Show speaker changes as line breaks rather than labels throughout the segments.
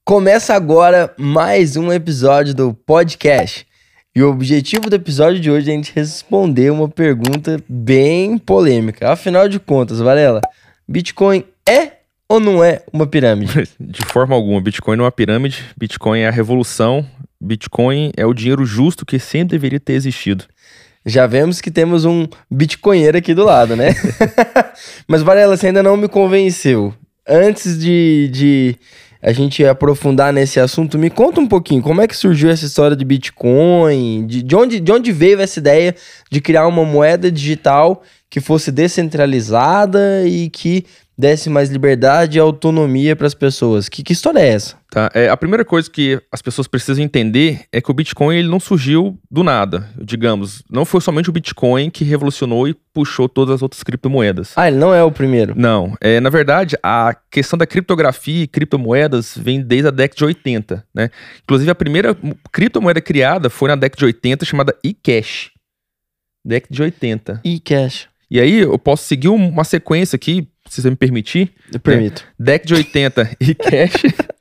Começa agora mais um episódio do podcast. E o objetivo do episódio de hoje é a gente responder uma pergunta bem polêmica. Afinal de contas, Varela, Bitcoin é ou não é uma pirâmide?
De forma alguma, Bitcoin não é uma pirâmide, Bitcoin é a revolução, Bitcoin é o dinheiro justo que sempre deveria ter existido.
Já vemos que temos um bitcoinheiro aqui do lado, né? Mas, Varela, você ainda não me convenceu. Antes de a gente aprofundar nesse assunto, me conta um pouquinho, como é que surgiu essa história de Bitcoin? De onde veio essa ideia de criar uma moeda digital que fosse descentralizada e que desse mais liberdade e autonomia para as pessoas? Que história é essa?
Tá? A primeira coisa que as pessoas precisam entender é que o Bitcoin ele não surgiu do nada, digamos. Não foi somente o Bitcoin que revolucionou e puxou todas as outras criptomoedas.
Ah, ele não é o primeiro?
Não. Na verdade, a questão da criptografia e criptomoedas vem desde a década de 80, né? Inclusive, a primeira criptomoeda criada foi na década de 80, chamada eCash. Década de 80.
eCash.
E aí, eu posso seguir uma sequência aqui, se você me permitir.
Eu permito.
Década de 80, eCash.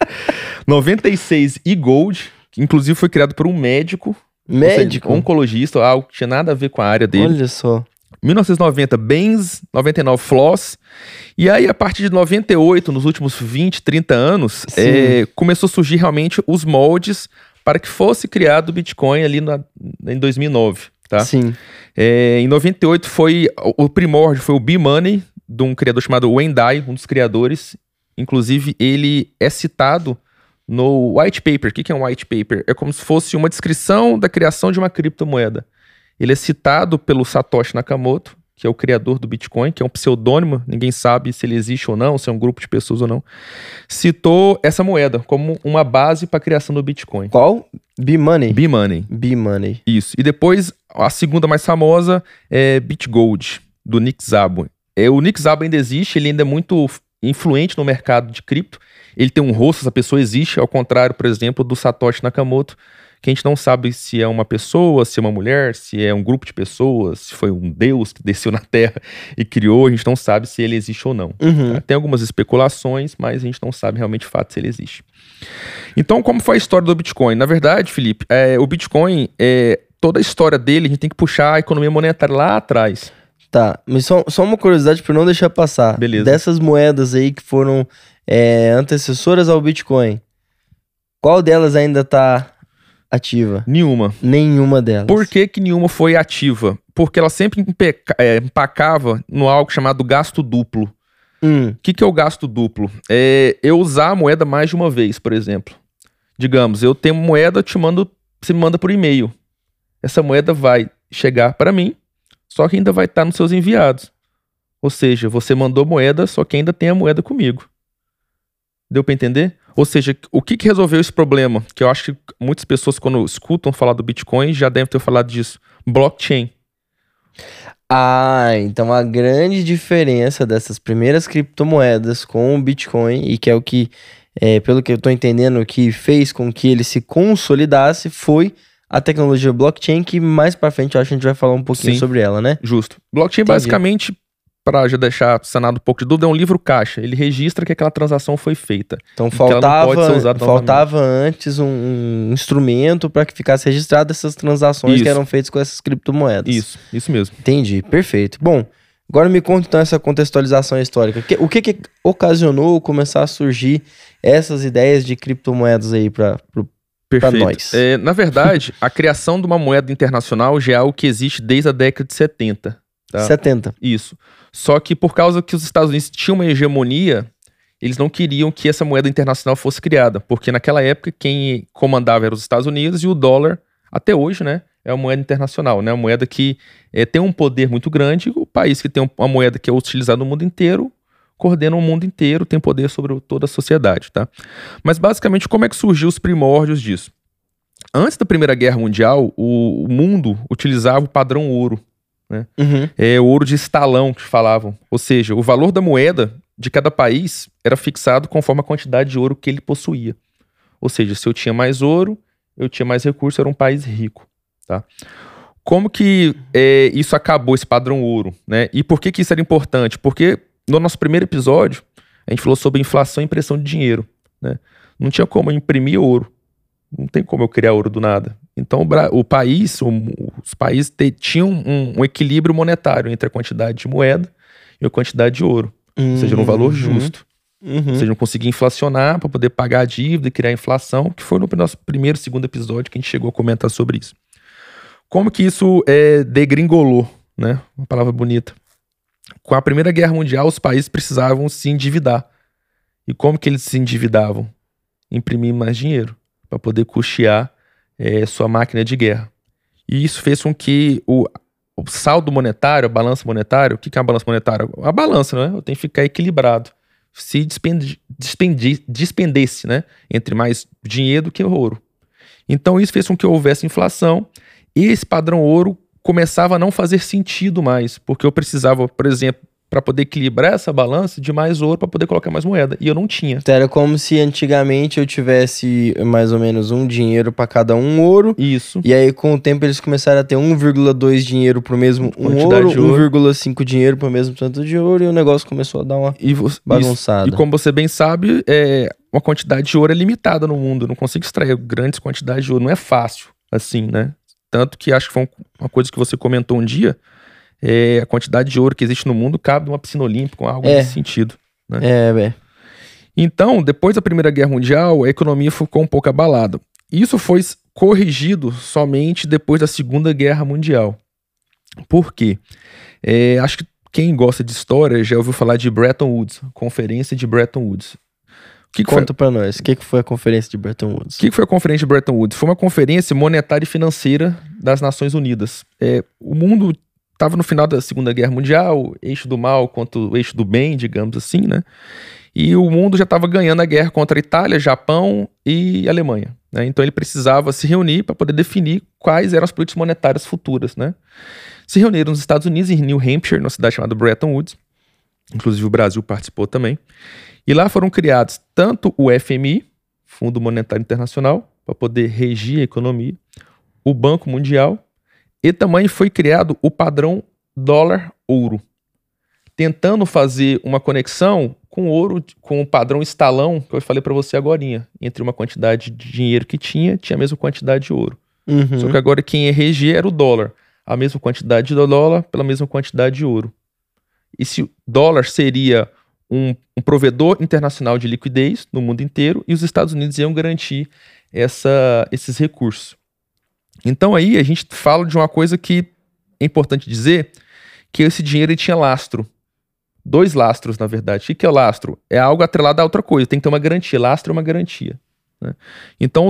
96, eGold, que inclusive foi criado por um médico.
Médico?
Oncologista, algo que tinha nada a ver com a área dele.
Olha só.
1990, Benz. 99, Floss. E aí, a partir de 98, nos últimos 20, 30 anos, começou a surgir realmente os moldes para que fosse criado o Bitcoin ali em 2009. Tá?
Sim.
Em 98 o primórdio foi o B-Money, de um criador chamado Wayne Dai, um dos criadores. Inclusive, ele é citado no white paper. O que é um white paper? É como se fosse uma descrição da criação de uma criptomoeda. Ele é citado pelo Satoshi Nakamoto, que é o criador do Bitcoin, que é um pseudônimo, ninguém sabe se ele existe ou não, se é um grupo de pessoas ou não. Citou essa moeda como uma base para a criação do Bitcoin.
Qual? B-Money?
B-Money.
B-Money.
Isso. E depois, a segunda mais famosa é BitGold, do Nick Szabo. O Nick Szabo ainda existe, ele ainda é muito influente no mercado de cripto. Ele tem um rosto, essa pessoa existe, ao contrário, por exemplo, do Satoshi Nakamoto, que a gente não sabe se é uma pessoa, se é uma mulher, se é um grupo de pessoas, se foi um deus que desceu na Terra e criou, a gente não sabe se ele existe ou não.
Uhum.
Tem algumas especulações, mas a gente não sabe realmente de fato se ele existe. Então, como foi a história do Bitcoin? Na verdade, Felipe, o Bitcoin, toda a história dele, a gente tem que puxar a economia monetária lá atrás.
Tá, mas só uma curiosidade para não deixar passar.
Beleza.
Dessas moedas aí que foram antecessoras ao Bitcoin, qual delas ainda tá ativa?
Nenhuma.
Nenhuma delas.
Por que nenhuma foi ativa? Porque ela sempre empacava no algo chamado gasto duplo. O que é o gasto duplo? Eu usar a moeda mais de uma vez, por exemplo. Digamos, eu tenho uma moeda, você me manda por e-mail. Essa moeda vai chegar para mim, só que ainda vai estar nos seus enviados. Ou seja, você mandou moeda, só que ainda tem a moeda comigo. Deu para entender? Ou seja, o que resolveu esse problema? Que eu acho que muitas pessoas, quando escutam falar do Bitcoin, já devem ter falado disso. Blockchain.
Ah, então a grande diferença dessas primeiras criptomoedas com o Bitcoin, e que é o que, pelo que eu tô entendendo, o que fez com que ele se consolidasse, foi a tecnologia blockchain, que mais pra frente eu acho que a gente vai falar um pouquinho sobre ela, né?
Justo. Blockchain, basicamente, para já deixar sanado um pouco de dúvida, é um livro caixa. Ele registra que aquela transação foi feita.
Então faltava antes um instrumento para que ficasse registrado essas transações que eram feitas com essas criptomoedas.
Isso mesmo.
Entendi, perfeito. Bom, agora me conta então essa contextualização histórica. O que ocasionou começar a surgir essas ideias de criptomoedas aí para nós?
Na verdade, a criação de uma moeda internacional já é algo que existe desde a década de 70. Tá?
70.
Isso. Só que por causa que os Estados Unidos tinham uma hegemonia, eles não queriam que essa moeda internacional fosse criada, porque naquela época quem comandava eram os Estados Unidos e o dólar, até hoje, né, é uma moeda internacional, né, uma moeda que tem um poder muito grande. O país que tem uma moeda que é utilizada no mundo inteiro, coordena o mundo inteiro, tem poder sobre toda a sociedade, tá? Mas basicamente, como é que surgiu os primórdios disso? Antes da Primeira Guerra Mundial, o mundo utilizava o padrão ouro, né? O ouro de estalão que falavam. Ou seja, o valor da moeda de cada país era fixado conforme a quantidade de ouro que ele possuía. Ou seja, se eu tinha mais ouro, eu tinha mais recursos, era um país rico, tá? Como que isso acabou, esse padrão ouro, né? E por que isso era importante? Porque no nosso primeiro episódio, a gente falou sobre inflação e impressão de dinheiro, né? não tinha como eu imprimir ouro. Não tem como eu criar ouro do nada. Então os países tinham um equilíbrio monetário entre a quantidade de moeda e a quantidade de ouro. Ou seja, um valor justo. Ou seja, não conseguia inflacionar para poder pagar a dívida e criar inflação, que foi no nosso primeiro, segundo episódio que a gente chegou a comentar sobre isso. Como que isso degringolou, né? Uma palavra bonita. Com a Primeira Guerra Mundial, os países precisavam se endividar. E como que eles se endividavam? Imprimir mais dinheiro para poder custear sua máquina de guerra. E isso fez com que o saldo monetário, a balança monetária, o que é a balança monetária? A balança, né? Eu tenho que ficar equilibrado. Se despendesse, né? Entre mais dinheiro do que ouro. Então isso fez com que houvesse inflação e esse padrão ouro começava a não fazer sentido mais, porque eu precisava, por exemplo, para poder equilibrar essa balança de mais ouro para poder colocar mais moeda, e eu não tinha.
Então era como se antigamente eu tivesse mais ou menos um dinheiro para cada um ouro.
Isso.
E aí com o tempo eles começaram a ter 1,2 dinheiro pro mesmo
quantidade de ouro,
1,5 dinheiro pro mesmo tanto de ouro, e o negócio começou a dar uma bagunçada.
E como você bem sabe, uma quantidade de ouro é limitada no mundo, eu não consigo extrair grandes quantidades de ouro, não é fácil assim, né? Tanto que acho que foi uma coisa que você comentou um dia, a quantidade de ouro que existe no mundo cabe numa piscina olímpica, algo nesse sentido. Né? Então, depois da Primeira Guerra Mundial, a economia ficou um pouco abalada. Isso foi corrigido somente depois da Segunda Guerra Mundial. Por quê? Acho que quem gosta de história já ouviu falar de Bretton Woods, Conferência de Bretton Woods.
Conta pra nós, o que foi a Conferência de Bretton Woods?
O que foi a Conferência de Bretton Woods? Foi uma conferência monetária e financeira das Nações Unidas. O mundo estava no final da Segunda Guerra Mundial, eixo do mal contra o eixo do bem, digamos assim, né? E o mundo já estava ganhando a guerra contra a Itália, Japão e Alemanha. Né? Então ele precisava se reunir para poder definir quais eram as políticas monetárias futuras, né? Se reuniram nos Estados Unidos, em New Hampshire, numa cidade chamada Bretton Woods. Inclusive o Brasil participou também. E lá foram criados tanto o FMI, Fundo Monetário Internacional, para poder regir a economia, o Banco Mundial, e também foi criado o padrão dólar-ouro, tentando fazer uma conexão com o ouro, com o padrão estalão, que eu falei para você agorinha, entre uma quantidade de dinheiro que tinha a mesma quantidade de ouro. Só que agora quem ia reger era o dólar, a mesma quantidade de dólar pela mesma quantidade de ouro. E se o dólar seria um provedor internacional de liquidez no mundo inteiro, e os Estados Unidos iam garantir esses recursos. Então aí a gente fala de uma coisa que é importante dizer, que esse dinheiro ele tinha lastro. 2 lastros, na verdade. O que é lastro? É algo atrelado a outra coisa, tem que ter uma garantia. Lastro é uma garantia. Né? Então o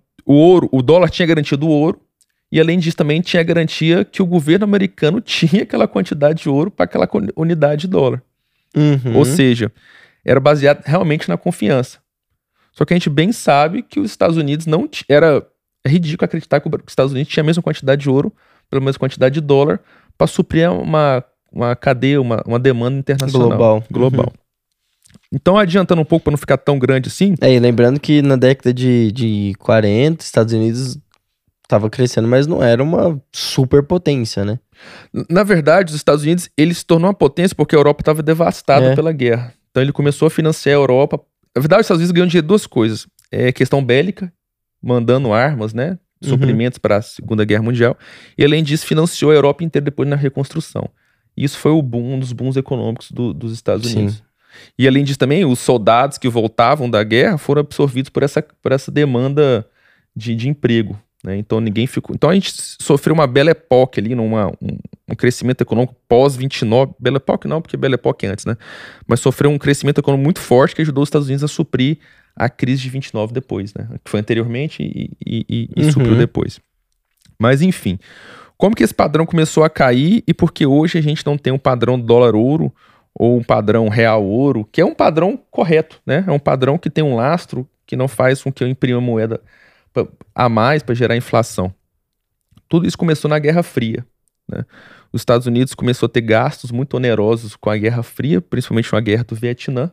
dólar tinha garantia do ouro, e além disso também tinha a garantia que o governo americano tinha aquela quantidade de ouro para aquela unidade de dólar. Ou seja, era baseado realmente na confiança. Só que a gente bem sabe que os Estados Unidos não era ridículo acreditar que os Estados Unidos tinha a mesma quantidade de ouro pela mesma quantidade de dólar para suprir uma cadeia, uma demanda internacional. Global. Então, adiantando um pouco para não ficar tão grande assim...
E lembrando que na década de 40, Estados Unidos estava crescendo, mas não era uma superpotência, né?
Na verdade, os Estados Unidos, ele se tornou uma potência porque a Europa estava devastada pela guerra. Então ele começou a financiar a Europa. Na verdade, os Estados Unidos ganhou dinheiro de 2 coisas. Questão bélica, mandando armas, né? Suprimentos para a Segunda Guerra Mundial. E além disso, financiou a Europa inteira depois na reconstrução. Isso foi um dos booms econômicos dos Estados Unidos. Sim. E além disso também, os soldados que voltavam da guerra foram absorvidos por essa demanda de emprego. Né? Então ninguém ficou. Então a gente sofreu uma bela época ali, um crescimento econômico pós-29. Bela época não, porque bela época é antes, né? Mas sofreu um crescimento econômico muito forte que ajudou os Estados Unidos a suprir a crise de 29 depois, né? Que foi anteriormente e supriu depois. Mas enfim, como que esse padrão começou a cair e por que hoje a gente não tem um padrão dólar-ouro ou um padrão real-ouro, que é um padrão correto, né? É um padrão que tem um lastro que não faz com que eu imprima moeda a mais para gerar inflação. Tudo isso começou na Guerra Fria. Né? Os Estados Unidos começou a ter gastos muito onerosos com a Guerra Fria, principalmente com a Guerra do Vietnã.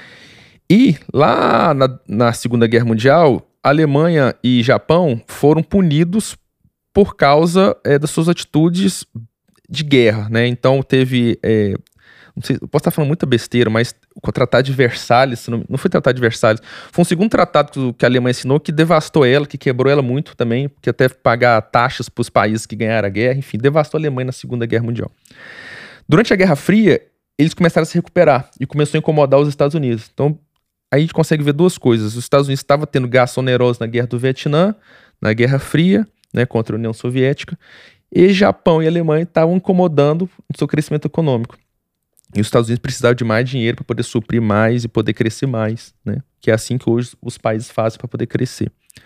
E lá na Segunda Guerra Mundial, Alemanha e Japão foram punidos por causa das suas atitudes de guerra. Né? Então teve não sei, eu posso estar falando muita besteira, mas o Tratado de Versalhes, não foi Tratado de Versalhes, foi um segundo tratado que a Alemanha assinou que devastou ela, que quebrou ela muito também, porque até pagar taxas para os países que ganharam a guerra, enfim, devastou a Alemanha na Segunda Guerra Mundial. Durante a Guerra Fria, eles começaram a se recuperar e começou a incomodar os Estados Unidos. Então, aí a gente consegue ver duas coisas. Os Estados Unidos estavam tendo gastos onerosos na Guerra do Vietnã, na Guerra Fria, né, contra a União Soviética, e Japão e Alemanha estavam incomodando o seu crescimento econômico. E os Estados Unidos precisavam de mais dinheiro para poder suprir mais e poder crescer mais, né? Que é assim que hoje os países fazem para poder crescer.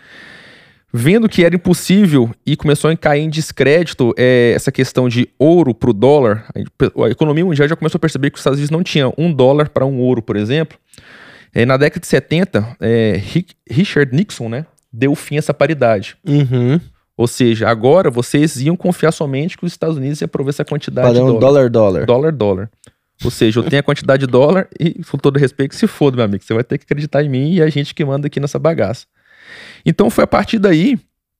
Vendo que era impossível e começou a cair em descrédito essa questão de ouro para o dólar, a economia mundial já começou a perceber que os Estados Unidos não tinham $1 para um ouro, por exemplo. Na década de 70, Richard Nixon, né, deu fim a essa paridade.
Uhum.
Ou seja, agora vocês iam confiar somente que os Estados Unidos iam prover essa quantidade de
dólar.
Dólar. Ou seja, eu tenho a quantidade de dólar e, com todo respeito, se foda, meu amigo. Você vai ter que acreditar em mim e a gente que manda aqui nessa bagaça. Então foi a partir daí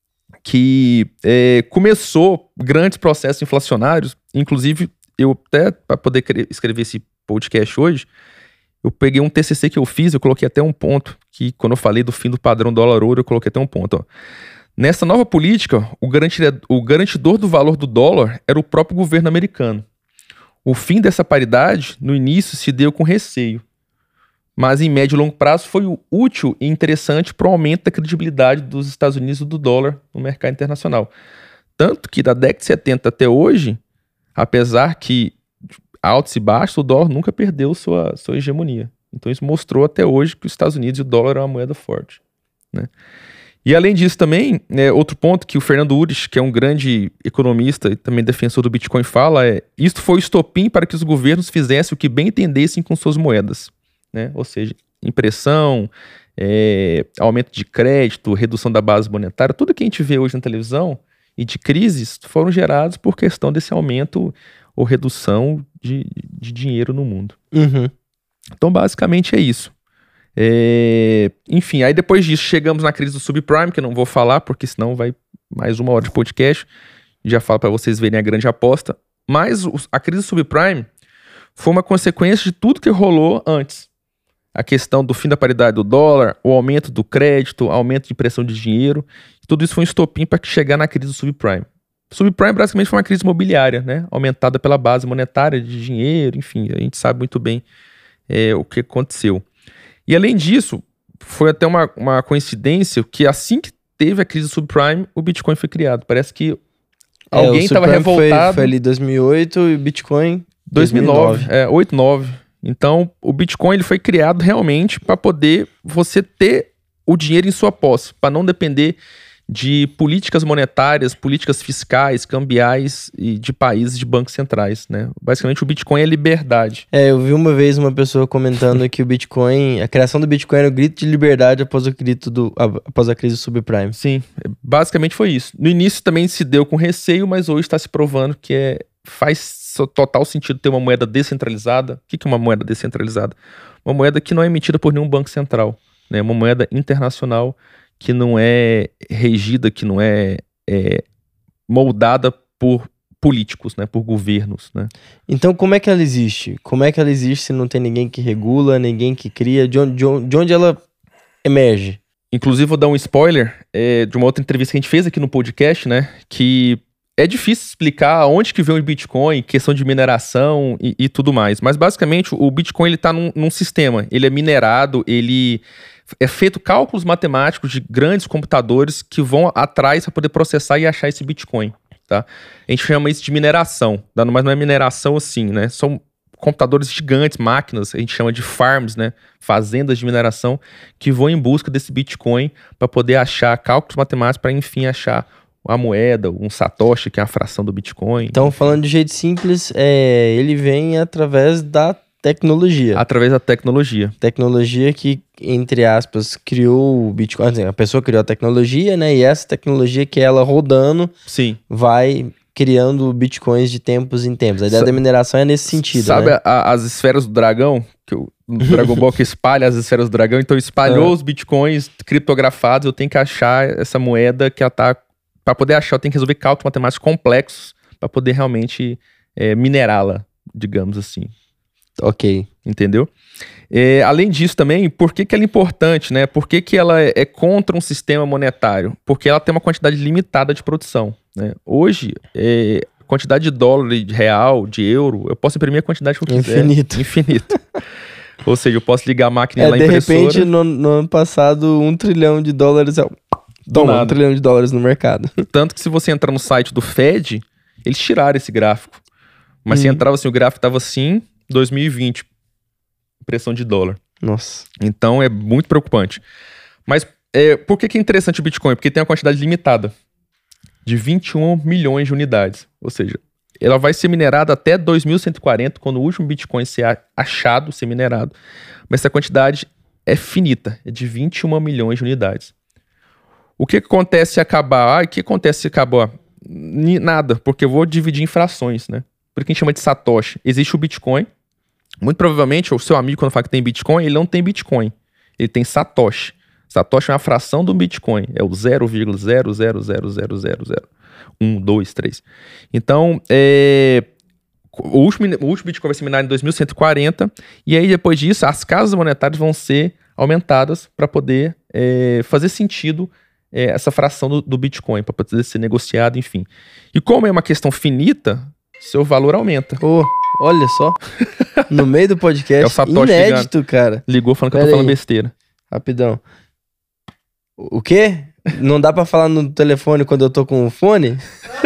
que começou grandes processos inflacionários. Inclusive, eu até, para poder escrever esse podcast hoje, eu peguei um TCC que eu fiz, eu coloquei até um ponto, que quando eu falei do fim do padrão dólar-ouro, eu coloquei até um ponto, ó. Nessa nova política, o garantidor do valor do dólar era o próprio governo americano. O fim dessa paridade, no início, se deu com receio. Mas em médio e longo prazo foi útil e interessante para o aumento da credibilidade dos Estados Unidos e do dólar no mercado internacional. Tanto que da década de 70 até hoje, apesar que altos e baixos, o dólar nunca perdeu sua hegemonia. Então isso mostrou até hoje que os Estados Unidos e o dólar é uma moeda forte, né? E além disso também, outro ponto que o Fernando Urich, que é um grande economista e também defensor do Bitcoin, fala isto foi o estopim para que os governos fizessem o que bem entendessem com suas moedas, né? Ou seja, impressão, aumento de crédito, redução da base monetária, tudo que a gente vê hoje na televisão e de crises foram gerados por questão desse aumento ou redução de dinheiro no mundo.
Uhum.
Então basicamente é isso. Enfim, aí depois disso chegamos na crise do subprime, que eu não vou falar porque senão vai mais 1 hora de podcast. Já falo para vocês verem a grande aposta. Mas a crise do subprime foi uma consequência de tudo que rolou antes. A questão do fim da paridade do dólar, o aumento do crédito, aumento de impressão de dinheiro. Tudo isso foi um estopim para chegar na crise do subprime. Subprime basicamente foi uma crise imobiliária, né? Aumentada pela base monetária de dinheiro, enfim, a gente sabe muito bem o que aconteceu. E além disso, foi até uma coincidência que assim que teve a crise do subprime, o Bitcoin foi criado. Parece que alguém estava revoltado.
Foi ali 2008 e o Bitcoin
2009. 8, 9. Então, o Bitcoin ele foi criado realmente para poder você ter o dinheiro em sua posse, para não depender de políticas monetárias, políticas fiscais, cambiais e de países de bancos centrais, né? Basicamente o Bitcoin é liberdade.
Eu vi uma vez uma pessoa comentando que o Bitcoin, a criação do Bitcoin era o grito de liberdade após a crise do subprime.
Sim, basicamente foi isso. No início também se deu com receio, mas hoje está se provando que faz total sentido ter uma moeda descentralizada. O que é uma moeda descentralizada? Uma moeda que não é emitida por nenhum banco central, né? Uma moeda internacional que não é regida, que não é moldada por políticos, né, por governos, né?
Então como é que ela existe? Como é que ela existe se não tem ninguém que regula, ninguém que cria? De onde ela emerge?
Inclusive vou dar um spoiler de uma outra entrevista que a gente fez aqui no podcast, né, que é difícil explicar onde que vem o Bitcoin, questão de mineração e tudo mais, mas basicamente o Bitcoin ele tá num sistema, ele é minerado, ele é feito cálculos matemáticos de grandes computadores que vão atrás para poder processar e achar esse Bitcoin, tá? A gente chama isso de mineração, mas não é mineração assim, né? São computadores gigantes, máquinas, a gente chama de farms, né? Fazendas de mineração que vão em busca desse Bitcoin para poder achar cálculos matemáticos para enfim achar a moeda, um satoshi, que é a fração do Bitcoin.
Então, falando de jeito simples, ele vem através da tecnologia.
Através da tecnologia.
Tecnologia que, entre aspas, criou o Bitcoin. A pessoa criou a tecnologia, né? E essa tecnologia que ela rodando,
sim,
vai criando bitcoins de tempos em tempos. A ideia da mineração é nesse sentido,
sabe,
né?
As esferas do dragão, no Dragon Ball que espalha as esferas do dragão, então espalhou os bitcoins criptografados, eu tenho que achar essa moeda que ela tá... Para poder achar, eu tenho que resolver cálculos matemáticos complexos para poder realmente minerá-la, digamos assim.
Ok.
Entendeu? Além disso também, por que ela é importante, né? Por que ela é contra um sistema monetário? Porque ela tem uma quantidade limitada de produção, né? Hoje, quantidade de dólar, de real, de euro, eu posso imprimir a quantidade que eu quiser. Infinito. Ou seja, eu posso ligar a máquina lá, impressora.
De repente, no ano passado, $1 trilhão toma, $1 trilhão no mercado.
Tanto que se você entrar no site do Fed, eles tiraram esse gráfico. Mas se entrava assim, o gráfico estava assim, 2020, impressão de dólar.
Nossa.
Então é muito preocupante. Mas por que é interessante o Bitcoin? Porque tem uma quantidade limitada de 21 milhões de unidades. Ou seja, ela vai ser minerada até 2140, quando o último Bitcoin ser achado, ser minerado. Mas essa quantidade é finita, é de 21 milhões de unidades. O que acontece se acabar? O que acontece se acabar? Nada, porque eu vou dividir em frações, né? Por que a gente chama de Satoshi? Existe o Bitcoin. Muito provavelmente, o seu amigo, quando fala que tem Bitcoin, ele não tem Bitcoin. Ele tem Satoshi. Satoshi é uma fração do Bitcoin. É o 0,0000001, 2, 3. Então, o último Bitcoin vai ser minado em 2140. E aí, depois disso, as casas monetárias vão ser aumentadas para poder fazer sentido essa fração do Bitcoin, para poder ser negociado, enfim. E como é uma questão finita, seu valor aumenta.
Olha só. No meio do podcast.
É o Satoshi
inédito, cara.
Ligou falando que eu tô falando besteira.
Rapidão. O quê? Não dá pra falar no telefone quando eu tô com o fone?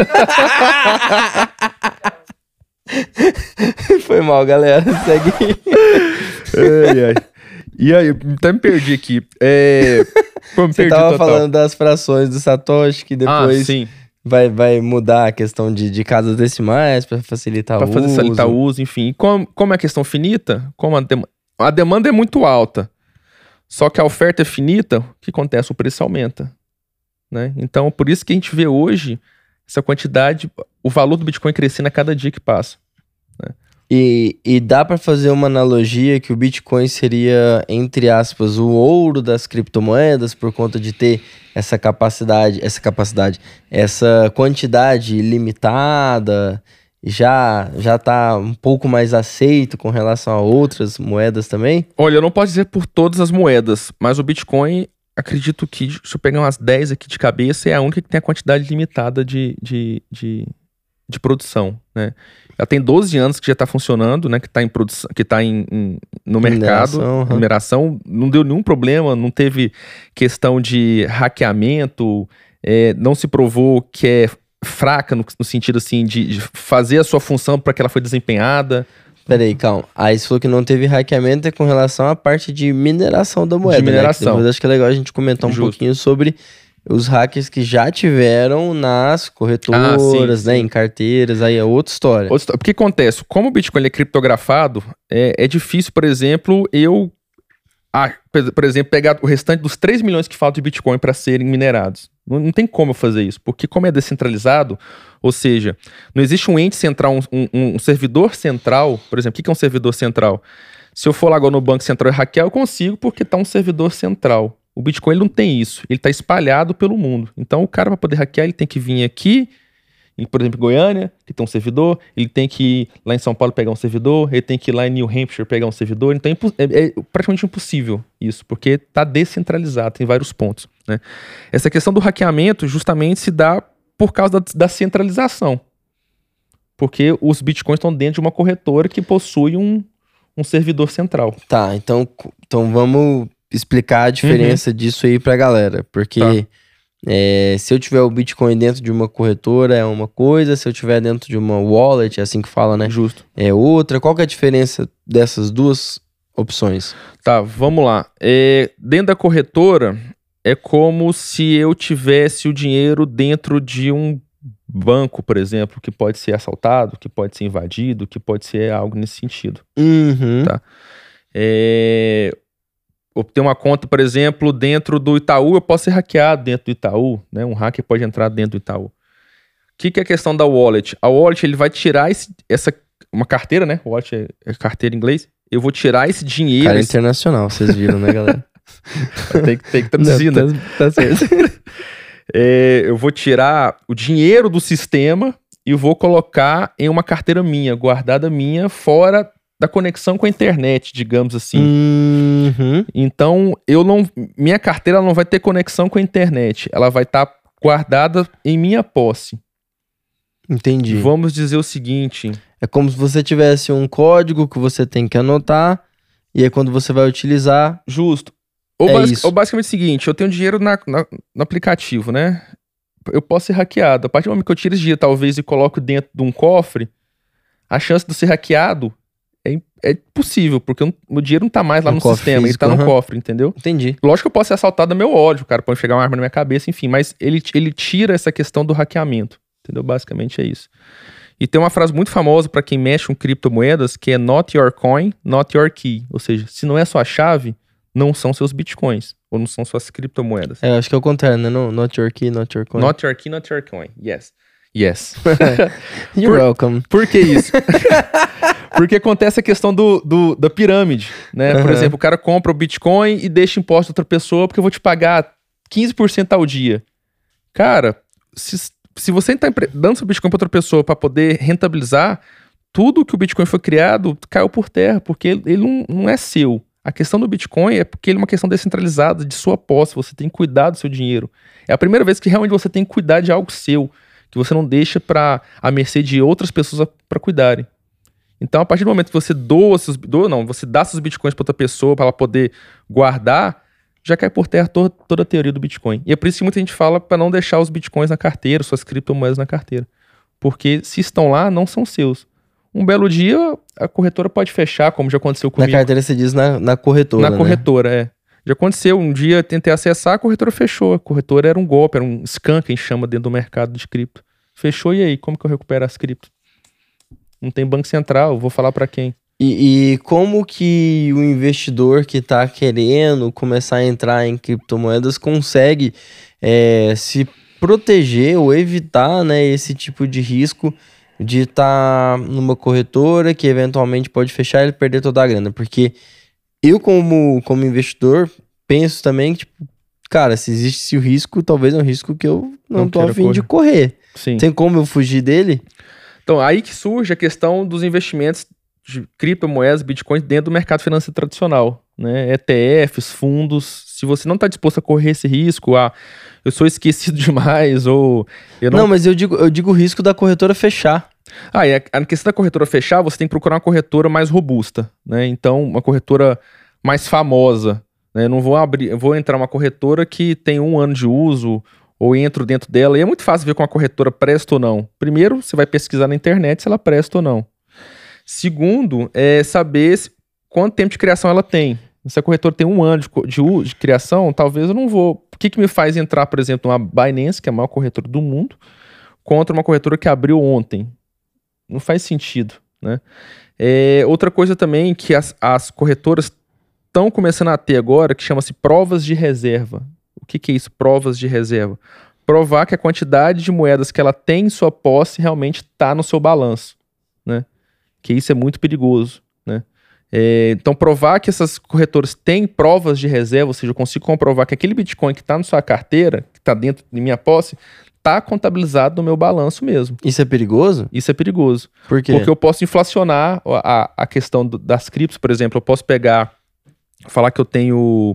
Foi mal, galera. Segue.
Ai. E aí, até me perdi aqui.
Você tava falando das frações do Satoshi, que depois vai mudar a questão de casas decimais para facilitar o uso. Para
facilitar o uso, enfim. Como é questão finita, como a demanda é muito alta, só que a oferta é finita, o que acontece? O preço aumenta, né? Então, por isso que a gente vê hoje essa quantidade, o valor do Bitcoin crescendo a cada dia que passa, né?
E dá para fazer uma analogia que o Bitcoin seria, entre aspas, o ouro das criptomoedas por conta de ter essa quantidade limitada, já tá um pouco mais aceito com relação a outras moedas também?
Olha, eu não posso dizer por todas as moedas, mas o Bitcoin, acredito que, se eu pegar umas 10 aqui de cabeça, é a única que tem a quantidade limitada de produção, né? Ela tem 12 anos que já está funcionando, né? Que está em produção, que está no mercado, mineração, não deu nenhum problema, não teve questão de hackeamento, não se provou que é fraca no sentido assim de fazer a sua função para que ela foi desempenhada.
Peraí, calma. Aí você falou que não teve hackeamento é com relação à parte de mineração da moeda,
de mineração.
Né? Depois acho que é legal a gente comentar um pouquinho sobre os hackers que já tiveram nas corretoras, né, em carteiras, aí é outra história.
O que acontece? Como o Bitcoin é criptografado, é difícil, por exemplo, pegar o restante dos 3 milhões que faltam de Bitcoin para serem minerados. Não tem como eu fazer isso, porque como é descentralizado, ou seja, não existe um ente central, um servidor central. Por exemplo, o que é um servidor central? Se eu for lá agora no Banco Central e hackear, eu consigo porque está um servidor central. O Bitcoin ele não tem isso, ele está espalhado pelo mundo. Então o cara, para poder hackear, ele tem que vir aqui, por exemplo, em Goiânia, que tem um servidor, ele tem que ir lá em São Paulo pegar um servidor, ele tem que ir lá em New Hampshire pegar um servidor. Então é praticamente impossível isso, porque está descentralizado, tem vários pontos, né? Essa questão do hackeamento justamente se dá por causa da centralização, porque os Bitcoins estão dentro de uma corretora que possui um servidor central.
Tá, então vamos explicar a diferença disso aí pra galera, porque se eu tiver o Bitcoin dentro de uma corretora é uma coisa, se eu tiver dentro de uma wallet, é assim que fala, né?
Justo.
É outra. Qual que é a diferença dessas duas opções?
Tá, vamos lá. Dentro da corretora é como se eu tivesse o dinheiro dentro de um banco, por exemplo, que pode ser assaltado, que pode ser invadido, que pode ser algo nesse sentido. Tá? Eu tenho uma conta, por exemplo, dentro do Itaú, eu posso ser hackeado dentro do Itaú, né? Um hacker pode entrar dentro do Itaú. O que é a questão da wallet? A wallet, ele vai tirar uma carteira, né? Wallet é carteira em inglês. Eu vou tirar esse dinheiro...
Cara, internacional, vocês viram, né, galera?
tem que traduzir, né?
Tá certo.
Eu vou tirar o dinheiro do sistema e vou colocar em uma carteira minha, guardada minha, fora da conexão com a internet, digamos assim.
Uhum.
Então, minha carteira ela não vai ter conexão com a internet. Ela vai estar guardada em minha posse.
Entendi.
Vamos dizer o seguinte...
É como se você tivesse um código que você tem que anotar, e aí quando você vai utilizar...
Justo.
isso.
Ou basicamente o seguinte, eu tenho dinheiro no aplicativo, né? Eu posso ser hackeado. A partir do momento que eu tiro esse dinheiro, talvez, e coloco dentro de um cofre, a chance de eu ser hackeado é possível, porque o dinheiro não tá mais lá no sistema,
físico,
ele tá no cofre, entendeu?
Entendi.
Lógico que eu posso ser assaltado do meu ódio, o cara pode chegar uma arma na minha cabeça, enfim, mas ele tira essa questão do hackeamento, entendeu? Basicamente é isso. E tem uma frase muito famosa para quem mexe com criptomoedas, que é not your coin, not your key. Ou seja, se não é sua chave, não são seus bitcoins, ou não são suas criptomoedas.
Acho que é o contrário, né? Not your key, not your coin.
Not your key, not your coin. Yes.
You're welcome.
Por que isso? Porque acontece a questão da pirâmide, né? Por exemplo, o cara compra o Bitcoin e deixa imposto a outra pessoa porque eu vou te pagar 15% ao dia. Cara, se você está dando seu Bitcoin para outra pessoa para poder rentabilizar, tudo que o Bitcoin foi criado caiu por terra, porque ele não é seu. A questão do Bitcoin é porque ele é uma questão descentralizada, de sua posse, você tem que cuidar do seu dinheiro. É a primeira vez que realmente você tem que cuidar de algo seu, que você não deixa à mercê de outras pessoas para cuidarem. Então, a partir do momento que você você dá seus bitcoins para outra pessoa para ela poder guardar, já cai por terra toda a teoria do Bitcoin. E é por isso que muita gente fala para não deixar os bitcoins na carteira, suas criptomoedas na carteira. Porque se estão lá, não são seus. Um belo dia, a corretora pode fechar, como já aconteceu comigo.
Na carteira você diz na corretora,
Na corretora, é. Já aconteceu, um dia tentei acessar, a corretora fechou. A corretora era um golpe, era um scam que a gente chama dentro do mercado de cripto. Fechou, e aí? Como que eu recupero as criptos? Não tem banco central, vou falar para quem?
E como que o investidor que está querendo começar a entrar em criptomoedas consegue se proteger ou evitar, né, esse tipo de risco de estar numa corretora que eventualmente pode fechar e ele perder toda a grana? Porque eu, como investidor, penso também que, tipo, cara, se existe o risco, talvez é um risco que eu não tô a fim de correr.
Sim.
Tem como eu fugir dele?
Então, aí que surge a questão dos investimentos de criptomoedas, bitcoins dentro do mercado financeiro tradicional, né? ETFs, fundos. Se você não está disposto a correr esse risco, eu sou esquecido demais, ou eu não...
Não, mas eu digo o risco da corretora fechar.
E a questão da corretora fechar, você tem que procurar uma corretora mais robusta, né? Então, uma corretora mais famosa, né? Eu não vou eu vou entrar uma corretora que tem 1 ano de uso, ou entro dentro dela, e é muito fácil ver como a corretora presta ou não. Primeiro, você vai pesquisar na internet se ela presta ou não. Segundo, é saber quanto tempo de criação ela tem. Se a corretora tem 1 ano de criação, talvez eu não vou... O que me faz entrar, por exemplo, numa Binance, que é a maior corretora do mundo, contra uma corretora que abriu ontem? Não faz sentido, né? Outra coisa também que as corretoras estão começando a ter agora, que chama-se provas de reserva. O que é isso, provas de reserva? Provar que a quantidade de moedas que ela tem em sua posse realmente está no seu balanço, né? Que isso é muito perigoso, né? Então, provar que essas corretoras têm provas de reserva, ou seja, eu consigo comprovar que aquele Bitcoin que está na sua carteira, que está dentro de minha posse, está contabilizado no meu balanço mesmo.
Isso é perigoso?
Isso é perigoso.
Por quê?
Porque eu posso inflacionar a questão das criptos, por exemplo. Eu posso falar que eu tenho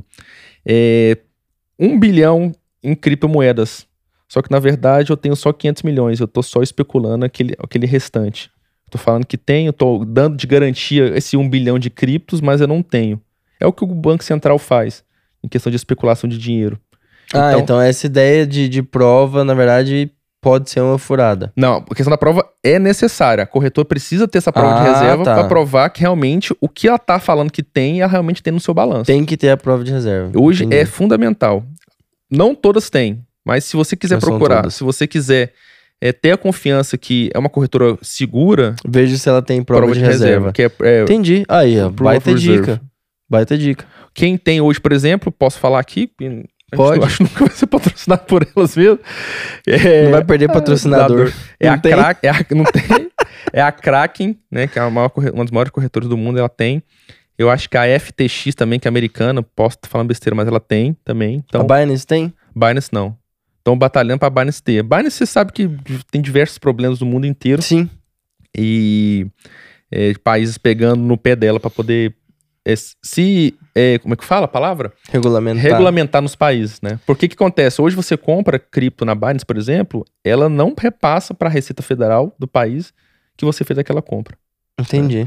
1 bilhão em criptomoedas. Só que, na verdade, eu tenho só 500 milhões. Eu estou só especulando aquele restante. Tô falando que tenho, tô dando de garantia esse 1 bilhão de criptos, mas eu não tenho. É o que o Banco Central faz em questão de especulação de dinheiro.
Então essa ideia de prova, na verdade, pode ser uma furada.
Não, a questão da prova é necessária. A corretora precisa ter essa prova de reserva para provar que realmente o que ela tá falando que tem, ela realmente tem no seu balanço.
Tem que ter a prova de reserva.
Hoje é fundamental. Não todas têm, mas se você quiser procurar, se você quiser ter a confiança que é uma corretora segura...
Veja se ela tem prova de reserva.
Que
Entendi. Aí, ó, baita dica. Baita dica.
Quem tem hoje, por exemplo, posso falar aqui...
Pode.
Eu acho que nunca vai ser patrocinado por elas mesmo.
Não vai perder patrocinador.
É a Kraken, né? Que é uma das maiores corretoras do mundo, ela tem. Eu acho que a FTX também, que é americana, posso estar falando besteira, mas ela tem também. Então,
a Binance tem?
Binance não. Estão batalhando pra Binance ter. Binance, você sabe que tem diversos problemas do mundo inteiro.
Sim.
E países pegando no pé dela para poder como é que fala a palavra? Regulamentar nos países, né? Por que acontece? Hoje você compra cripto na Binance, por exemplo, ela não repassa para a Receita Federal do país que você fez aquela compra.
Entendi.
Né?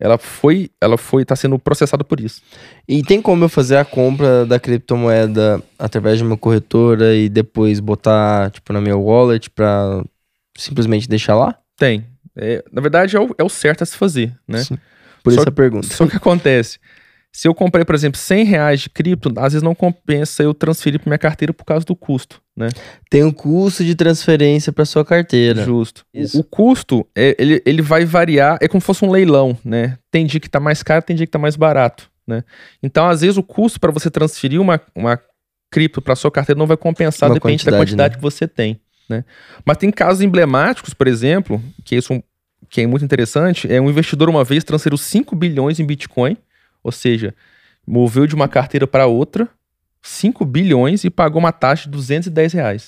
Tá sendo processada por isso.
E tem como eu fazer a compra da criptomoeda através de uma corretora e depois botar, tipo, na minha wallet pra simplesmente deixar lá?
Tem. Na verdade, é o certo a se fazer, né?
Sim. Por isso a pergunta.
Só que acontece, se eu comprei, por exemplo, R$100 de cripto, às vezes não compensa eu transferir para minha carteira por causa do custo, né?
Tem um custo de transferência para sua carteira.
Justo. O custo, ele vai variar, é como se fosse um leilão, né? Tem dia que tá mais caro, tem dia que tá mais barato, né? Então, às vezes, o custo para você transferir uma cripto para sua carteira não vai compensar, depende da quantidade, né, que você tem, né? Mas tem casos emblemáticos, por exemplo, que é muito interessante, um investidor uma vez transferiu 5 bilhões em Bitcoin, ou seja, moveu de uma carteira para outra 5 bilhões e pagou uma taxa de R$210.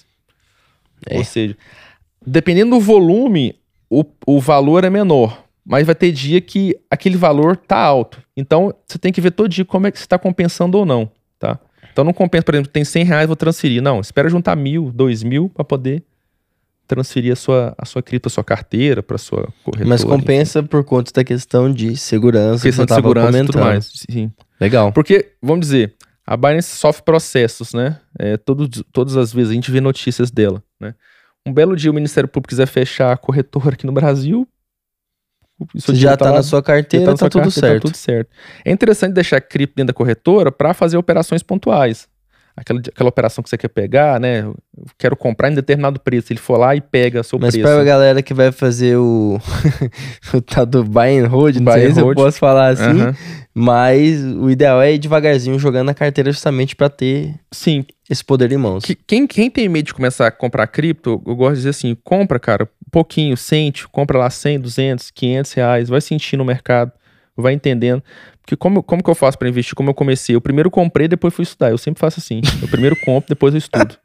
Ou seja, dependendo do volume, o valor é menor, mas vai ter dia que aquele valor tá alto. Então, você tem que ver todo dia como é que você está compensando ou não, tá? Então, não compensa, por exemplo, tem R$100, vou transferir. Não, espera juntar 1.000, 2.000 para poder transferir a sua cripto, a sua carteira para sua corretora.
Mas compensa por conta da questão de segurança.
Questão de segurança e tudo mais. Sim.
Legal.
Porque, vamos dizer, a Binance sofre processos, né? Todas as vezes a gente vê notícias dela, né? Um belo dia o Ministério Público quiser fechar a corretora aqui no Brasil,
isso já tá na sua carteira, tá tudo certo.
Tá tudo certo. É interessante deixar cripto dentro da corretora para fazer operações pontuais. Aquela operação que você quer pegar, né? Eu quero comprar em determinado preço. Ele for lá e pega o seu preço.
Mas para a galera que vai fazer o tal do buy and hold, não sei se eu posso falar assim, mas o ideal é ir devagarzinho jogando na carteira justamente para ter esse poder em mãos.
Quem tem medo de começar a comprar cripto, eu gosto de dizer assim, compra, cara, um pouquinho, sente, compra lá 100, 200, 500 reais, vai sentir no mercado, vai entendendo. Porque como que eu faço para investir? Como eu comecei? Eu primeiro comprei, depois fui estudar. Eu sempre faço assim. Eu primeiro compro, depois eu estudo.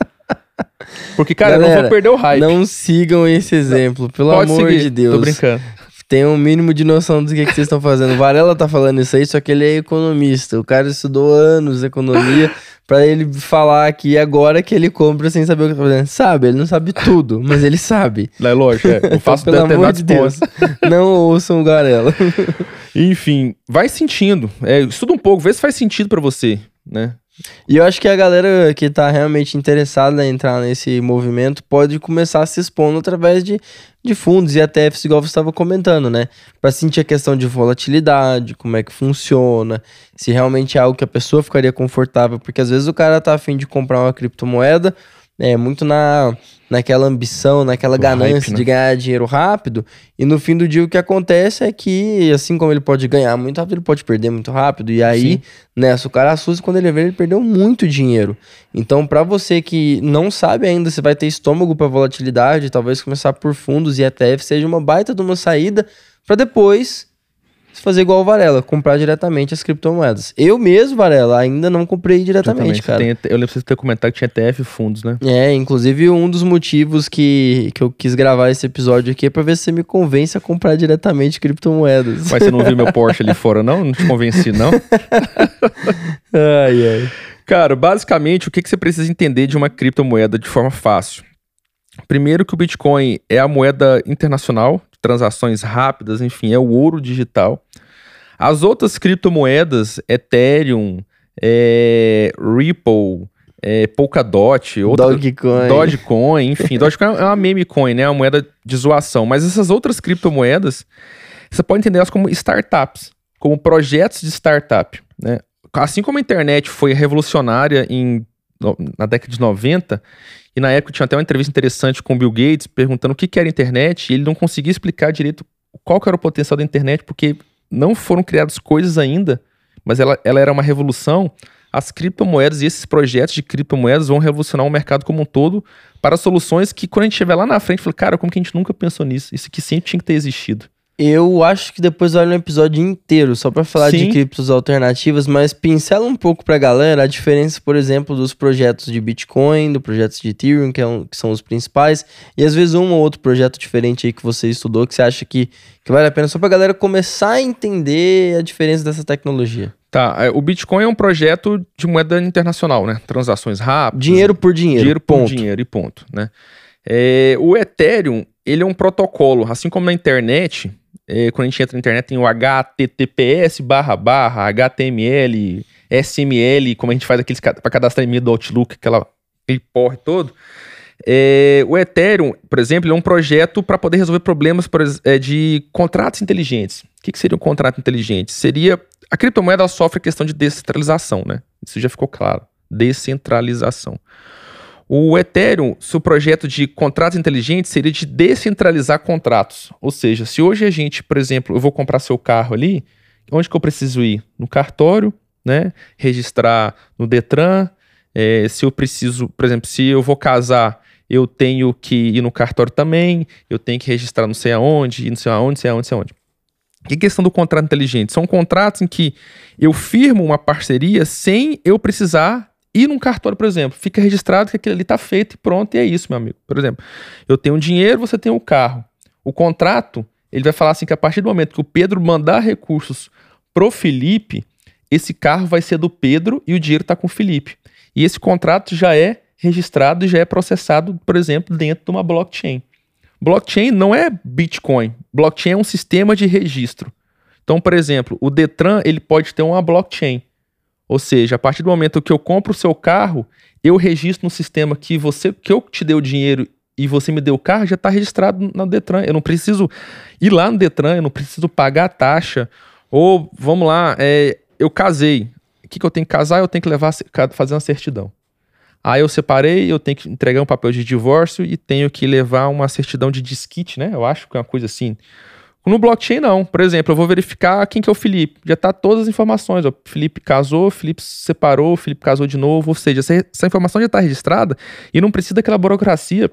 Porque, cara, galera, eu não vou perder o hype.
Não sigam esse exemplo, pelo amor de Deus.
Tô brincando.
Tenham um mínimo de noção do que vocês estão fazendo. O Varela tá falando isso aí, só que ele é economista. O cara estudou anos economia pra ele falar aqui agora que ele compra sem saber o que tá fazendo. Sabe, ele não sabe tudo, mas ele sabe.
É lógico, eu faço
então, pelo amor de Deus, não ouçam o Varela.
Enfim, vai sentindo. Estuda um pouco, vê se faz sentido pra você, né?
E eu acho que a galera que tá realmente interessada em entrar nesse movimento pode começar se expondo através de fundos e ETFs, igual você estava comentando, né? Para sentir a questão de volatilidade, como é que funciona, se realmente é algo que a pessoa ficaria confortável, porque às vezes o cara tá a fim de comprar uma criptomoeda, muito naquela ambição, naquela ganância hype, né? De ganhar dinheiro rápido, e no fim do dia o que acontece é que, assim como ele pode ganhar muito rápido, ele pode perder muito rápido, e aí, se o cara assusta, quando ele vê, ele perdeu muito dinheiro. Então, para você que não sabe ainda se vai ter estômago para volatilidade, talvez começar por fundos e ETF seja uma baita de uma saída, para depois fazer igual o Varela, comprar diretamente as criptomoedas. Eu mesmo, Varela, ainda não comprei diretamente, cara.
Eu lembro de você ter comentado que tinha ETF e fundos, né?
Inclusive um dos motivos que eu quis gravar esse episódio aqui é pra ver se você me convence a comprar diretamente criptomoedas.
Mas você não viu meu Porsche ali fora, não? Não te convenci, não?
Ai.
Cara, basicamente, o que você precisa entender de uma criptomoeda de forma fácil? Primeiro que o Bitcoin é a moeda internacional, transações rápidas, enfim, é o ouro digital. As outras criptomoedas, Ethereum, Ripple, Polkadot, Dogecoin, enfim. Dogecoin é uma meme coin, né? É uma moeda de zoação. Mas essas outras criptomoedas, você pode entender elas como startups, como projetos de startup, né? Assim como a internet foi revolucionária na década de 90, e na época tinha até uma entrevista interessante com o Bill Gates, perguntando o que era a internet, e ele não conseguia explicar direito qual que era o potencial da internet, porque não foram criadas coisas ainda, mas ela era uma revolução. As criptomoedas e esses projetos de criptomoedas vão revolucionar o mercado como um todo para soluções que, quando a gente estiver lá na frente, fala, cara, como que a gente nunca pensou nisso? Isso aqui sempre tinha que ter existido.
Eu acho que depois vale um episódio inteiro só pra falar de
Sim.
criptos alternativas, mas pincela um pouco pra galera a diferença, por exemplo, dos projetos de Bitcoin, dos projetos de Ethereum, que são os principais, e às vezes um ou outro projeto diferente aí que você estudou, que você acha que vale a pena, só pra galera começar a entender a diferença dessa tecnologia.
Tá, o Bitcoin é um projeto de moeda internacional, né? Transações rápidas.
Dinheiro por dinheiro.
Dinheiro por
ponto.
dinheiro e ponto, né? O Ethereum, ele é um protocolo, assim como na internet, quando a gente entra na internet tem o HTTPS // HTML, SML, como a gente faz aqueles para cadastrar e-mail do Outlook, aquele porre todo. O Ethereum, por exemplo, ele é um projeto para poder resolver problemas de contratos inteligentes. O que seria um contrato inteligente? A criptomoeda ela sofre a questão de descentralização, né? Isso já ficou claro. Descentralização. O Ethereum, seu projeto de contratos inteligentes seria de descentralizar contratos. Ou seja, se hoje a gente, por exemplo, eu vou comprar seu carro ali, onde que eu preciso ir? No cartório, né? Registrar no Detran. Se eu preciso, por exemplo, se eu vou casar, eu tenho que ir no cartório também, eu tenho que registrar não sei aonde, não sei aonde, não sei aonde, não sei aonde. Que é a questão do contrato inteligente? São contratos em que eu firmo uma parceria sem eu precisar ir num cartório, por exemplo. Fica registrado que aquilo ali está feito e pronto, e é isso, meu amigo. Por exemplo, eu tenho dinheiro, você tem um carro. O contrato, ele vai falar assim que a partir do momento que o Pedro mandar recursos pro Felipe, esse carro vai ser do Pedro e o dinheiro está com o Felipe. E esse contrato já é registrado e já é processado, por exemplo, dentro de uma blockchain. Blockchain não é Bitcoin. Blockchain é um sistema de registro. Então, por exemplo, o Detran ele pode ter uma blockchain. Ou seja, a partir do momento que eu compro o seu carro, eu registro no sistema que eu te dei o dinheiro e você me deu o carro, já está registrado no Detran. Eu não preciso ir lá no Detran, eu não preciso pagar a taxa. Ou, vamos lá, eu casei. O que eu tenho que casar? Eu tenho que fazer uma certidão. Aí eu separei, eu tenho que entregar um papel de divórcio e tenho que levar uma certidão de desquite, né? Eu acho que é uma coisa assim. No blockchain, não. Por exemplo, eu vou verificar quem que é o Felipe. Já tá todas as informações. O Felipe casou, o Felipe separou, o Felipe casou de novo. Ou seja, essa informação já está registrada e não precisa daquela burocracia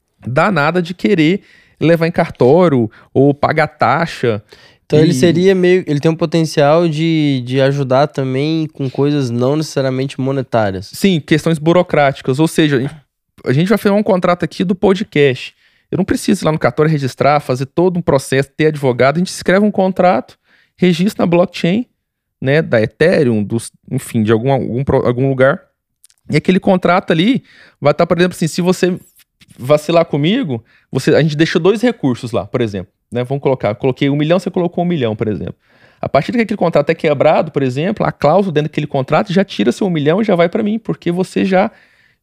danada de querer levar em cartório ou pagar taxa.
Então ele seria ele tem um potencial de ajudar também com coisas não necessariamente monetárias.
Sim, questões burocráticas. Ou seja, a gente vai fazer um contrato aqui do podcast. Eu não preciso ir lá no cartório registrar, fazer todo um processo, ter advogado. A gente escreve um contrato, registra na blockchain, né, da Ethereum, enfim, de algum lugar. E aquele contrato ali vai estar, por exemplo, assim, se você vacilar comigo, a gente deixou 2 recursos lá, por exemplo. Né, vamos colocar, coloquei 1 milhão, você colocou 1 milhão, por exemplo. A partir que aquele contrato é quebrado, por exemplo, a cláusula dentro daquele contrato já tira seu 1 milhão e já vai para mim, porque você já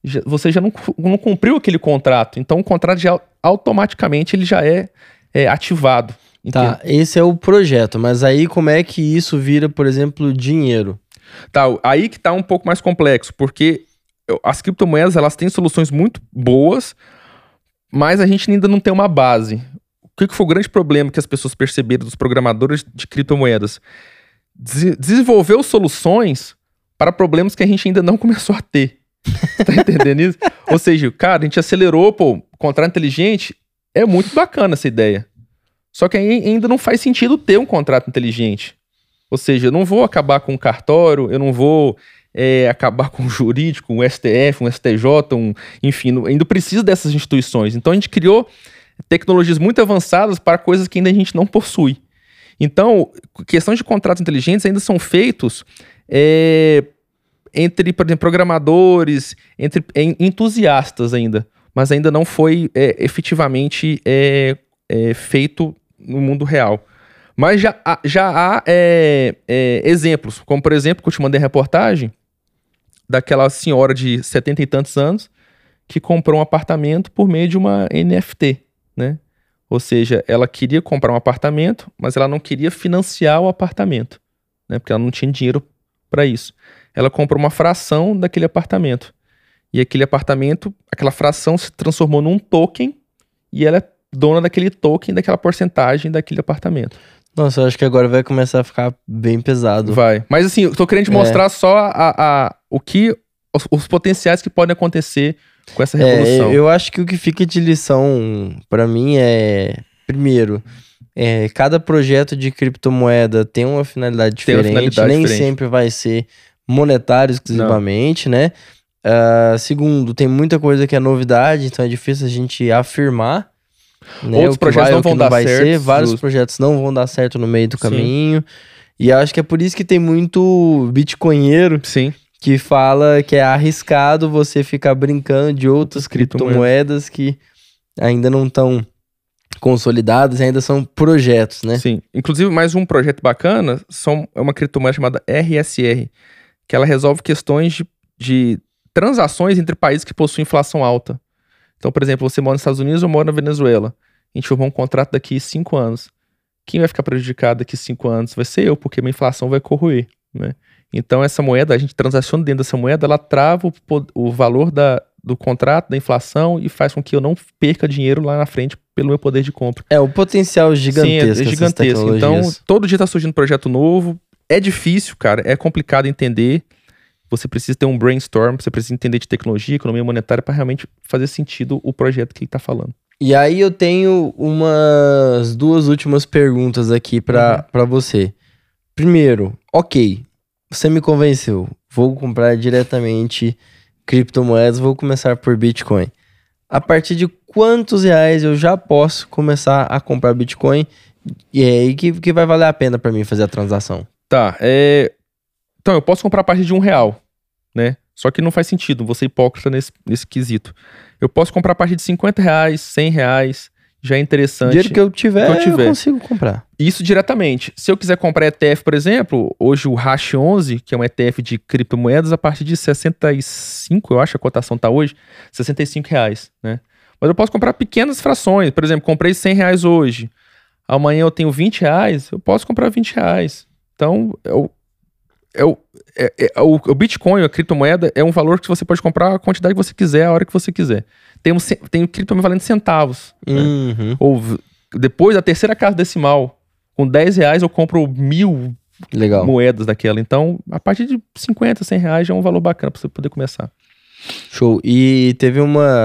não cumpriu aquele contrato. Então o contrato já automaticamente ele já é ativado.
Tá, esse é o projeto, mas aí como é que isso vira, por exemplo, dinheiro?
Tá, aí que tá um pouco mais complexo, porque as criptomoedas elas têm soluções muito boas, mas a gente ainda não tem uma base. O que foi o grande problema que as pessoas perceberam dos programadores de criptomoedas? Desenvolveu soluções para problemas que a gente ainda não começou a ter. Tá entendendo isso? Ou seja, cara, a gente acelerou, contrato inteligente, é muito bacana essa ideia. Só que ainda não faz sentido ter um contrato inteligente. Ou seja, eu não vou acabar com o cartório, eu não vou acabar com o jurídico, um STF, um STJ, enfim, ainda precisa dessas instituições. Então a gente criou tecnologias muito avançadas para coisas que ainda a gente não possui. Então, questões de contratos inteligentes ainda são feitos entre, por exemplo, programadores, entre entusiastas ainda, mas ainda não foi efetivamente feito no mundo real. Mas já há exemplos, como por exemplo, que eu te mandei a reportagem, daquela senhora de 70 e tantos anos que comprou um apartamento por meio de uma NFT, né? Ou seja, ela queria comprar um apartamento, mas ela não queria financiar o apartamento, né? Porque ela não tinha dinheiro para isso. Ela comprou uma fração daquele apartamento. E aquele apartamento, aquela fração se transformou num token e ela é dona daquele token, daquela porcentagem daquele apartamento.
Nossa, eu acho que agora vai começar a ficar bem pesado.
Vai. Mas assim, eu tô querendo te mostrar só os potenciais que podem acontecer com essa revolução.
Eu acho que o que fica de lição pra mim é, primeiro, cada projeto de criptomoeda tem uma finalidade diferente, nem sempre vai ser monetário exclusivamente, né? Segundo, tem muita coisa que é novidade, então é difícil a gente afirmar, né?
Outros projetos não vão dar certo.
Vários projetos não vão dar certo no meio do caminho. E acho que é por isso que tem muito bitcoinheiro que fala que é arriscado você ficar brincando de outras criptomoedas que ainda não estão consolidadas, ainda são projetos, né?
Sim. Inclusive, mais um projeto bacana é uma criptomoeda chamada RSR, que ela resolve questões de transações entre países que possuem inflação alta. Então, por exemplo, você mora nos Estados Unidos ou mora na Venezuela. A gente formou um contrato daqui 5 anos. Quem vai ficar prejudicado daqui 5 anos vai ser eu, porque minha inflação vai corroer, né? Então, essa moeda, a gente transaciona dentro dessa moeda, ela trava o valor do contrato, da inflação, e faz com que eu não perca dinheiro lá na frente pelo meu poder de compra.
O potencial gigantesco.
Sim, é gigantesco. Então, todo dia tá surgindo um projeto novo. É difícil, cara, é complicado entender. Você precisa ter um brainstorm, você precisa entender de tecnologia, economia monetária para realmente fazer sentido o projeto que ele tá falando.
E aí eu tenho umas 2 últimas perguntas aqui para você. Primeiro, ok, você me convenceu. Vou comprar diretamente criptomoedas, vou começar por Bitcoin. A partir de quantos reais eu já posso começar a comprar Bitcoin e aí que vai valer a pena para mim fazer a transação?
Tá, então eu posso comprar a partir de R$1, né? Só que não faz sentido, vou ser hipócrita nesse quesito. Eu posso comprar a partir de R$50, R$100, já é interessante.
O dinheiro que eu tiver, eu consigo comprar.
Isso diretamente. Se eu quiser comprar ETF, por exemplo, hoje o Hash11, que é um ETF de criptomoedas, a partir de 65, eu acho a cotação tá hoje, R$65, né? Mas eu posso comprar pequenas frações. Por exemplo, comprei R$100 hoje. Amanhã eu tenho R$20, eu posso comprar R$20. Então, o Bitcoin, a criptomoeda, é um valor que você pode comprar a quantidade que você quiser, a hora que você quiser. Tem criptomoeda valendo centavos. Né? Ou depois da terceira casa decimal, com R$10 eu compro 1.000 moedas daquela. Então, a partir de R$50, R$100 já é um valor bacana para você poder começar.
Show. E teve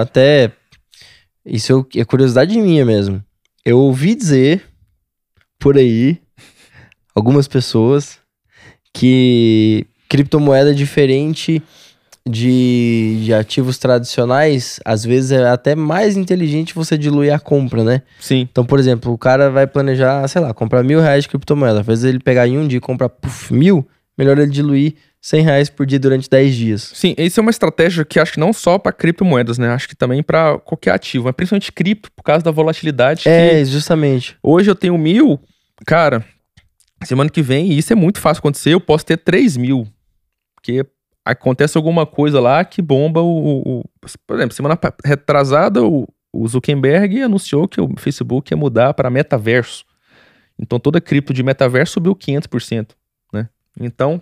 isso é curiosidade minha mesmo. Eu ouvi dizer por aí, algumas pessoas, que criptomoeda diferente de ativos tradicionais, às vezes é até mais inteligente você diluir a compra, né?
Sim.
Então, por exemplo, o cara vai planejar, sei lá, comprar R$1.000 de criptomoeda. Às vezes ele pegar em um dia e comprar 1.000, melhor ele diluir R$100 por dia durante 10 dias.
Sim, isso é uma estratégia que acho que não só para criptomoedas, né? Acho que também para qualquer ativo, mas principalmente cripto, por causa da volatilidade.
Justamente.
Hoje eu tenho 1.000, cara, semana que vem, e isso é muito fácil acontecer, eu posso ter 3.000, porque acontece alguma coisa lá que bomba por exemplo, semana retrasada, o Zuckerberg anunciou que o Facebook ia mudar para metaverso. Então toda cripto de metaverso subiu 500%, né? Então,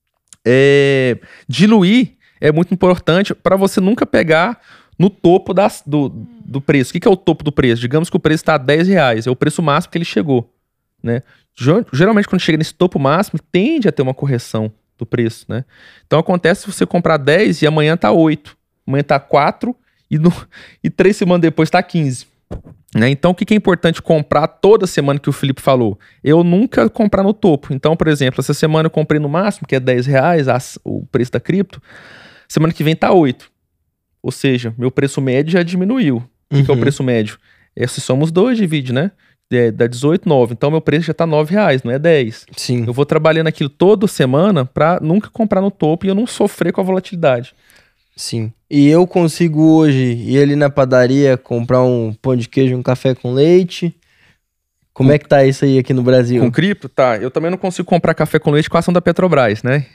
diluir é muito importante para você nunca pegar no topo do preço. O que é o topo do preço? Digamos que o preço está a R$10, é o preço máximo que ele chegou, né? Geralmente quando chega nesse topo máximo, tende a ter uma correção do preço, né? Então acontece se você comprar 10 e amanhã tá 8, amanhã tá 4 e 3 semanas depois tá 15. Né? Então o que é importante comprar toda semana que o Felipe falou? Eu nunca comprar no topo. Então, por exemplo, essa semana eu comprei no máximo, que é R$10 o preço da cripto, semana que vem tá 8. Ou seja, meu preço médio já diminuiu. O que é o preço médio? Se somos 2, divide, né? Dá 18,9. Então, meu preço já tá R$9, não é 10.
Sim.
Eu vou trabalhando aquilo toda semana pra nunca comprar no topo e eu não sofrer com a volatilidade.
Sim. E eu consigo hoje ir ali na padaria, comprar um pão de queijo, um café com leite. Como é que tá isso aí aqui no Brasil?
Com cripto? Tá. Eu também não consigo comprar café com leite com a ação da Petrobras, né?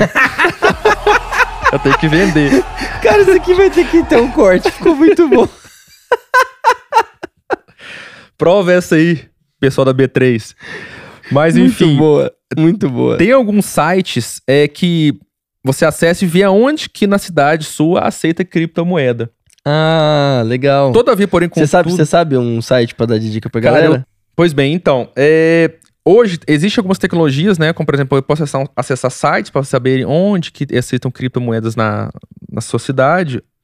Eu tenho que vender.
Cara, isso aqui vai ter que ter um corte. Ficou muito bom.
Prova essa aí, pessoal da B3. Mas enfim.
Muito boa, muito boa.
Tem alguns sites que você acessa e vê aonde que na cidade sua aceita criptomoeda.
Ah, legal.
Todavia, porém, com
Você sabe um site pra dar de dica pra galera?
Pois bem, então, hoje existem algumas tecnologias, né? Como, por exemplo, eu posso acessar sites para saber onde que aceitam criptomoedas na sua cidade.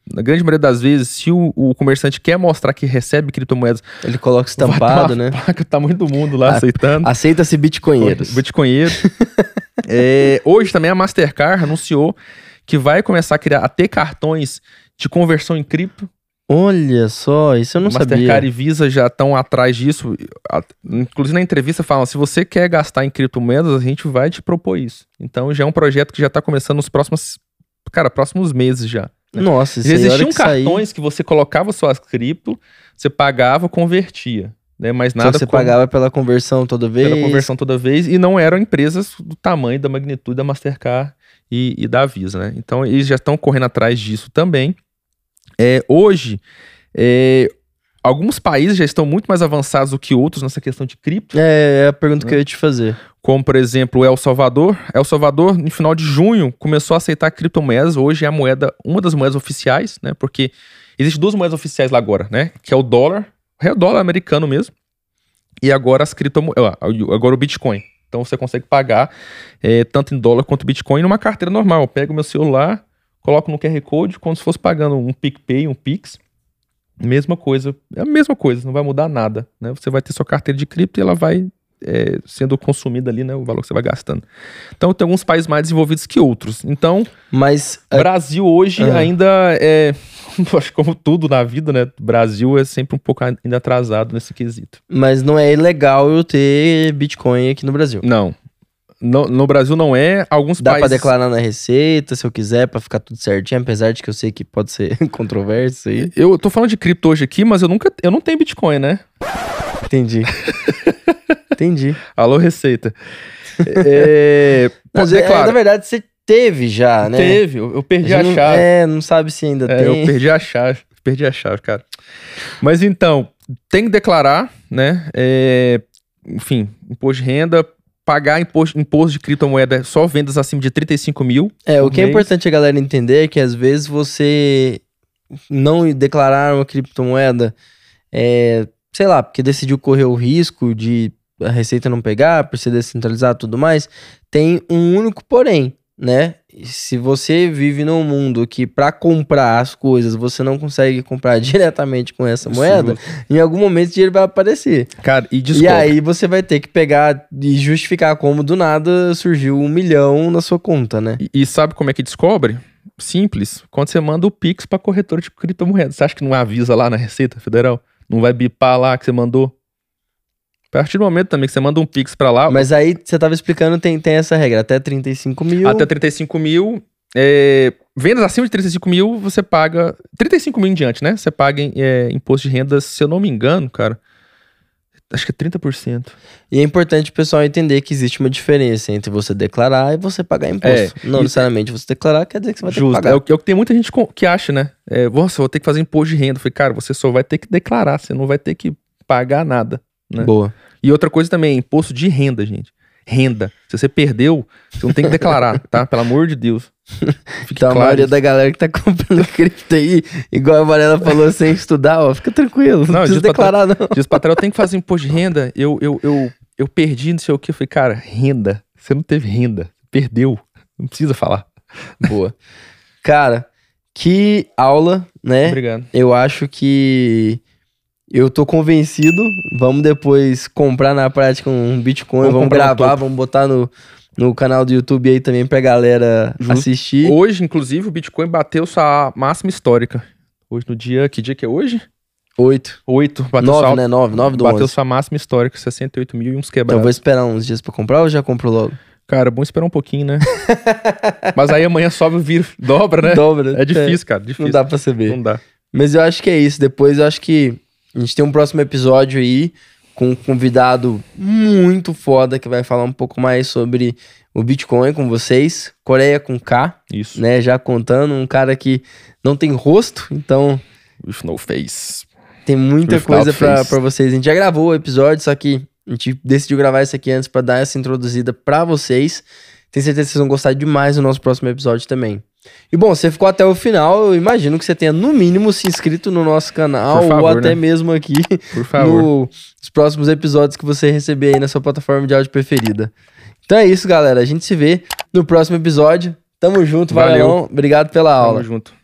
na grande maioria das vezes, se o comerciante quer mostrar que recebe criptomoedas,
ele coloca estampado, né?
Placa, o tamanho do mundo lá aceitando.
Aceita-se bitcoinheiros.
Bitcoinheiros. Hoje também a Mastercard anunciou que vai começar a ter cartões de conversão em cripto.
Olha só, isso eu não sabia.
Mastercard e Visa já estão atrás disso. Inclusive na entrevista falam, se você quer gastar em criptomoedas, a gente vai te propor isso. Então já é um projeto que já está começando nos próximos meses já.
Nossa, isso
já
aí,
existiam cartões que você colocava suas cripto, você pagava, convertia. Né? Mas nada.
Só você pagava pela conversão toda vez?
Pela conversão toda vez. E não eram empresas do tamanho, da magnitude da Mastercard e da Visa, né? Então eles já estão correndo atrás disso também. Hoje, alguns países já estão muito mais avançados do que outros nessa questão de cripto.
É a pergunta que eu ia te fazer.
Como, por exemplo, El Salvador. El Salvador, no final de junho, começou a aceitar criptomoedas. Hoje é a moeda, uma das moedas oficiais, né? Porque existem duas moedas oficiais lá agora, né? Que é o dólar, é o dólar americano mesmo. E agora as criptomoedas, agora o Bitcoin. Então você consegue pagar tanto em dólar quanto Bitcoin numa carteira normal. Eu pego meu celular, coloco no QR Code, como se fosse pagando um PicPay, um Pix. Mesma coisa, é a mesma coisa, não vai mudar nada, né? Você vai ter sua carteira de cripto e ela vai sendo consumida ali, né? O valor que você vai gastando. Então tem alguns países mais desenvolvidos que outros. Então,
mas
Brasil hoje ainda acho que como tudo na vida, né? O Brasil é sempre um pouco ainda atrasado nesse quesito.
Mas não é ilegal eu ter Bitcoin aqui no Brasil.
Não. No Brasil não é. Alguns
Dá
países...
pra declarar na Receita, se eu quiser, pra ficar tudo certinho, apesar de que eu sei que pode ser controverso aí.
Eu tô falando de cripto hoje aqui, mas eu não tenho Bitcoin, né?
Entendi. Entendi.
Alô, Receita.
Mas na verdade, você teve já, né?
Teve, eu perdi a chave.
Não sabe se ainda tem.
Eu perdi a chave, cara. Mas então, tem que declarar, né? Enfim, imposto de renda, pagar imposto de criptomoeda só vendas acima de 35 mil.
O que é importante a galera entender é que às vezes você não declarar uma criptomoeda, sei lá, porque decidiu correr o risco de a Receita não pegar, por ser descentralizado e tudo mais, tem um único porém, né? Se você vive num mundo que para comprar as coisas você não consegue comprar diretamente com essa moeda, em algum momento o dinheiro vai aparecer.
Cara,
e aí você vai ter que pegar e justificar como do nada surgiu 1 milhão na sua conta, né?
E sabe como é que descobre? Simples. Quando você manda o Pix pra corretora de criptomoedas, você acha que não avisa lá na Receita Federal? Não vai bipar lá que você mandou? A partir do momento também que você manda um Pix pra lá...
Mas aí, você tava explicando, tem essa regra, até 35 mil...
Até 35 mil, vendas acima de 35 mil, você paga... 35 mil em diante, né? Você paga imposto de renda, se eu não me engano, cara, acho que é 30%.
E é importante o pessoal entender que existe uma diferença entre você declarar e você pagar imposto. Não necessariamente você declarar quer dizer que você vai ter que pagar.
É o que tem muita gente que acha, né? Nossa, eu vou ter que fazer imposto de renda. Eu falei, cara, você só vai ter que declarar, você não vai ter que pagar nada. Né?
Boa.
E outra coisa também, imposto de renda, gente. Renda. Se você perdeu, você não tem que declarar, tá? Pelo amor de Deus.
Então, a maioria da galera que tá comprando cripto aí, igual a Varela falou, sem estudar, ó, fica tranquilo, não precisa declarar, não.
Diz patrão, eu tenho que fazer imposto de renda, eu perdi, não sei o que. Eu falei, cara, renda. Você não teve renda. Perdeu. Não precisa falar.
Boa. Cara, que aula, né?
Obrigado.
Eu acho que... Eu tô convencido, vamos depois comprar na prática um Bitcoin, vamos gravar, vamos botar no canal do YouTube aí também pra galera assistir.
Hoje, inclusive, o Bitcoin bateu sua máxima histórica. Hoje no dia, que dia que é hoje?
8.
Bateu
9, né? 9 do 11.
Bateu sua máxima histórica, 68 mil e uns quebrados.
Então eu vou esperar uns dias pra comprar ou já compro logo?
Cara, é bom esperar um pouquinho, né? Mas aí amanhã sobe o vírus, dobra, né?
Dobra.
É difícil, cara, difícil.
Não dá pra saber.
Não dá.
Mas eu acho que é isso, depois eu acho que a gente tem um próximo episódio aí com um convidado muito foda que vai falar um pouco mais sobre o Bitcoin com vocês. Coreia com K.
Isso.
Né? Já contando, um cara que não tem rosto, então...
With no face.
Tem muita coisa pra vocês. A gente já gravou o episódio, só que a gente decidiu gravar isso aqui antes pra dar essa introduzida pra vocês. Tenho certeza que vocês vão gostar demais do nosso próximo episódio também. E bom, você ficou até o final, eu imagino que você tenha no mínimo se inscrito no nosso canal,
favor,
ou até
né?
mesmo aqui
Por favor.
nos próximos episódios que você receber aí na sua plataforma de áudio preferida. Então é isso, galera. A gente se vê no próximo episódio. Tamo junto,
Valeu.
Varelão. Obrigado pela aula.
Tamo junto.